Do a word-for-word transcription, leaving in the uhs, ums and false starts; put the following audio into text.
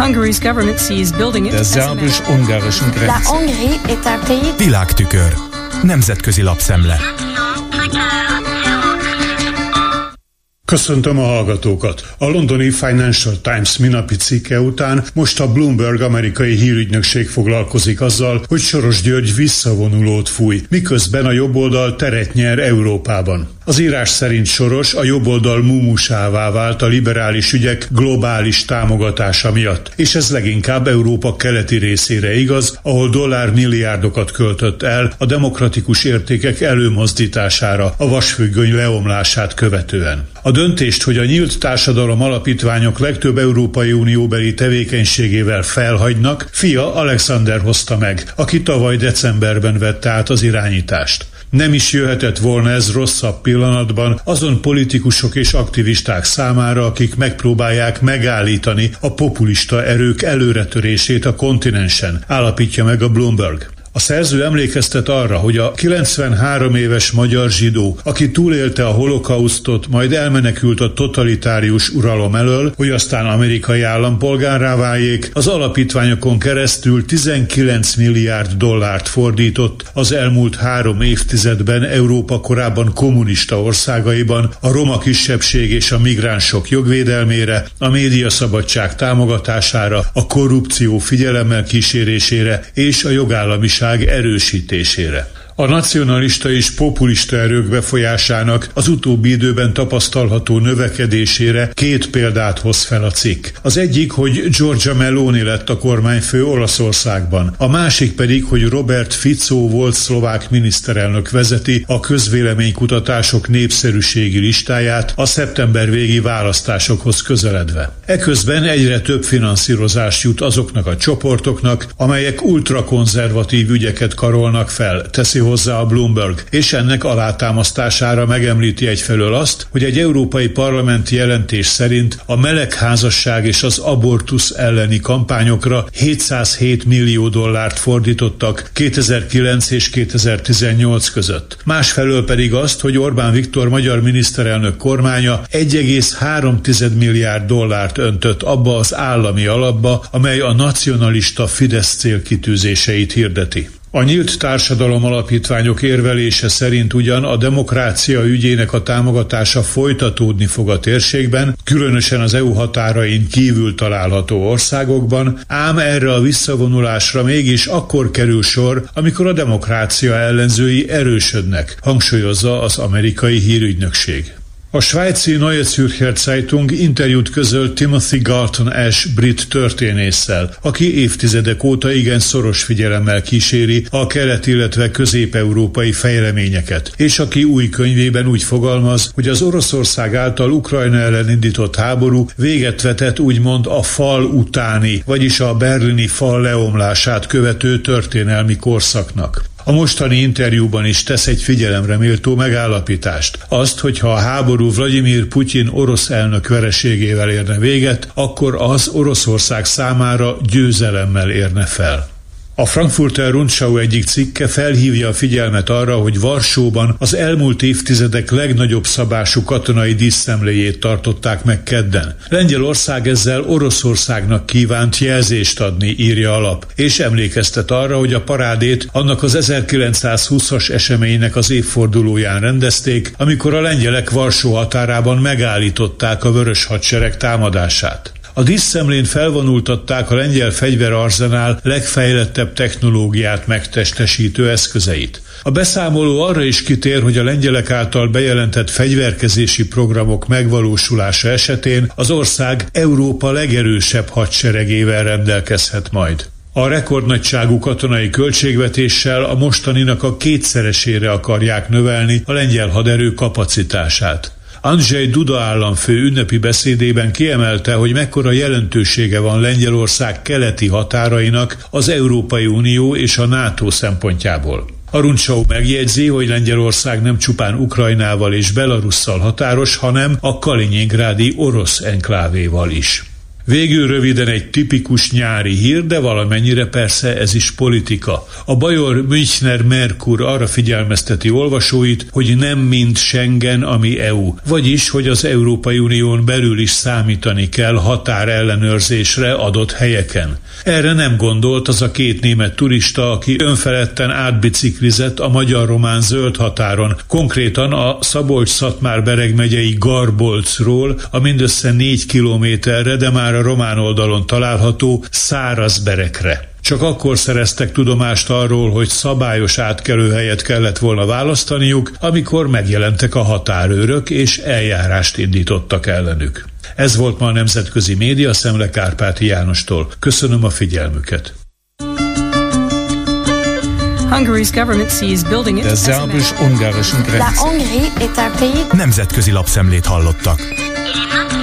der szerbus-ungarischen Grenze. Világtükör. Nemzetközi lapszemle. Köszöntöm a hallgatókat! A londoni Financial Times minapi cikke után most a Bloomberg amerikai hírügynökség foglalkozik azzal, hogy Soros György visszavonulót fúj, miközben a jobboldal teret nyer Európában. Az írás szerint Soros a jobboldal mumusává vált a liberális ügyek globális támogatása miatt, és ez leginkább Európa keleti részére igaz, ahol dollármilliárdokat költött el a demokratikus értékek előmozdítására, a vasfüggöny leomlását követően. A döntést, hogy a Nyílt Társadalom alapítványok legtöbb Európai Unióbeli tevékenységével felhagynak, fia Alexander hozta meg, aki tavaly decemberben vette át az irányítást. Nem is jöhetett volna ez rosszabb pillanatban azon politikusok és aktivisták számára, akik megpróbálják megállítani a populista erők előretörését a kontinensen, állapítja meg a Bloomberg. A szerző emlékeztet arra, hogy a kilencvenhárom éves magyar zsidó, aki túlélte a holokausztot, majd elmenekült a totalitárius uralom elől, hogy aztán amerikai állampolgárrá váljék, az alapítványokon keresztül tizenkilenc milliárd dollárt fordított az elmúlt három évtizedben Európa korábban kommunista országaiban a roma kisebbség és a migránsok jogvédelmére, a médiaszabadság támogatására, a korrupció figyelemmel kísérésére és a jogállamiság erősítésére. A nacionalista és populista erők befolyásának az utóbbi időben tapasztalható növekedésére két példát hoz fel a cikk. Az egyik, hogy Giorgia Meloni lett a kormányfő Olaszországban, a másik pedig, hogy Robert Fico volt szlovák miniszterelnök vezeti a közvéleménykutatások népszerűségi listáját a szeptember végi választásokhoz közeledve. Eközben egyre több finanszírozás jut azoknak a csoportoknak, amelyek ultrakonzervatív ügyeket karolnak fel, teszi hozzá a Bloomberg, és ennek alátámasztására megemlíti egyfelől azt, hogy egy európai parlamenti jelentés szerint a melegházasság és az abortusz elleni kampányokra hétszázhét millió dollárt fordítottak kétezer-kilenc és kétezer-tizennyolc között. Másfelől pedig azt, hogy Orbán Viktor magyar miniszterelnök kormánya egy egész három milliárd dollárt öntött abba az állami alapba, amely a nacionalista Fidesz célkitűzéseit hirdeti. A Nyílt Társadalom alapítványok érvelése szerint ugyan a demokrácia ügyének a támogatása folytatódni fog a térségben, különösen az é u határain kívül található országokban, ám erre a visszavonulásra mégis akkor kerül sor, amikor a demokrácia ellenzői erősödnek, hangsúlyozza az amerikai hírügynökség. A svájci Neue Zürcher Zeitung interjút közölt Timothy Galton Ash brit történésszel, aki évtizedek óta igen szoros figyelemmel kíséri a kelet, illetve közép-európai fejleményeket, és aki új könyvében úgy fogalmaz, hogy az Oroszország által Ukrajna ellen indított háború véget vetett úgymond a fal utáni, vagyis a berlini fal leomlását követő történelmi korszaknak. A mostani interjúban is tesz egy figyelemre méltó megállapítást. Azt, hogy ha a háború Vladimir Putyin orosz elnök vereségével érne véget, akkor az Oroszország számára győzelemmel érne fel. A Frankfurter Rundschau egyik cikke felhívja a figyelmet arra, hogy Varsóban az elmúlt évtizedek legnagyobb szabású katonai díszszemléjét tartották meg kedden. Lengyelország ezzel Oroszországnak kívánt jelzést adni, írja a lap, és emlékeztet arra, hogy a parádét annak az ezerkilencszázhúszas eseménynek az évfordulóján rendezték, amikor a lengyelek Varsó határában megállították a vörös hadsereg támadását. A díszszemlén felvonultatták a lengyel fegyverarzenál legfejlettebb technológiát megtestesítő eszközeit. A beszámoló arra is kitér, hogy a lengyelek által bejelentett fegyverkezési programok megvalósulása esetén az ország Európa legerősebb hadseregével rendelkezhet majd. A rekordnagyságú katonai költségvetéssel a mostaninak a kétszeresére akarják növelni a lengyel haderő kapacitását. Andrzej Duda államfő ünnepi beszédében kiemelte, hogy mekkora jelentősége van Lengyelország keleti határainak az Európai Unió és a NATO szempontjából. A Rundschau megjegyzi, hogy Lengyelország nem csupán Ukrajnával és Belarusszal határos, hanem a Kalinyingrádi orosz enklávéval is. Végül röviden egy tipikus nyári hír, de valamennyire persze ez is politika. A bajor Münchner Merkur arra figyelmezteti olvasóit, hogy nem mind Schengen, ami é u, vagyis, hogy az Európai Unión belül is számítani kell határellenőrzésre adott helyeken. Erre nem gondolt az a két német turista, aki önfeledten átbiciklizett a magyar-román zöld határon, konkrétan a Szabolcs-Szatmár-Bereg megyei Garbolcról a mindössze négy kilométerre, de már a román oldalon található Szárazberekre. Csak akkor szereztek tudomást arról, hogy szabályos átkelőhelyet kellett volna választaniuk, amikor megjelentek a határőrök és eljárást indítottak ellenük. Ez volt ma a Nemzetközi Média Szemle Kárpáti Jánostól. Köszönöm a figyelmüket. Der szerbus-ungarischen Grenze. Nemzetközi lapszemlét hallottak.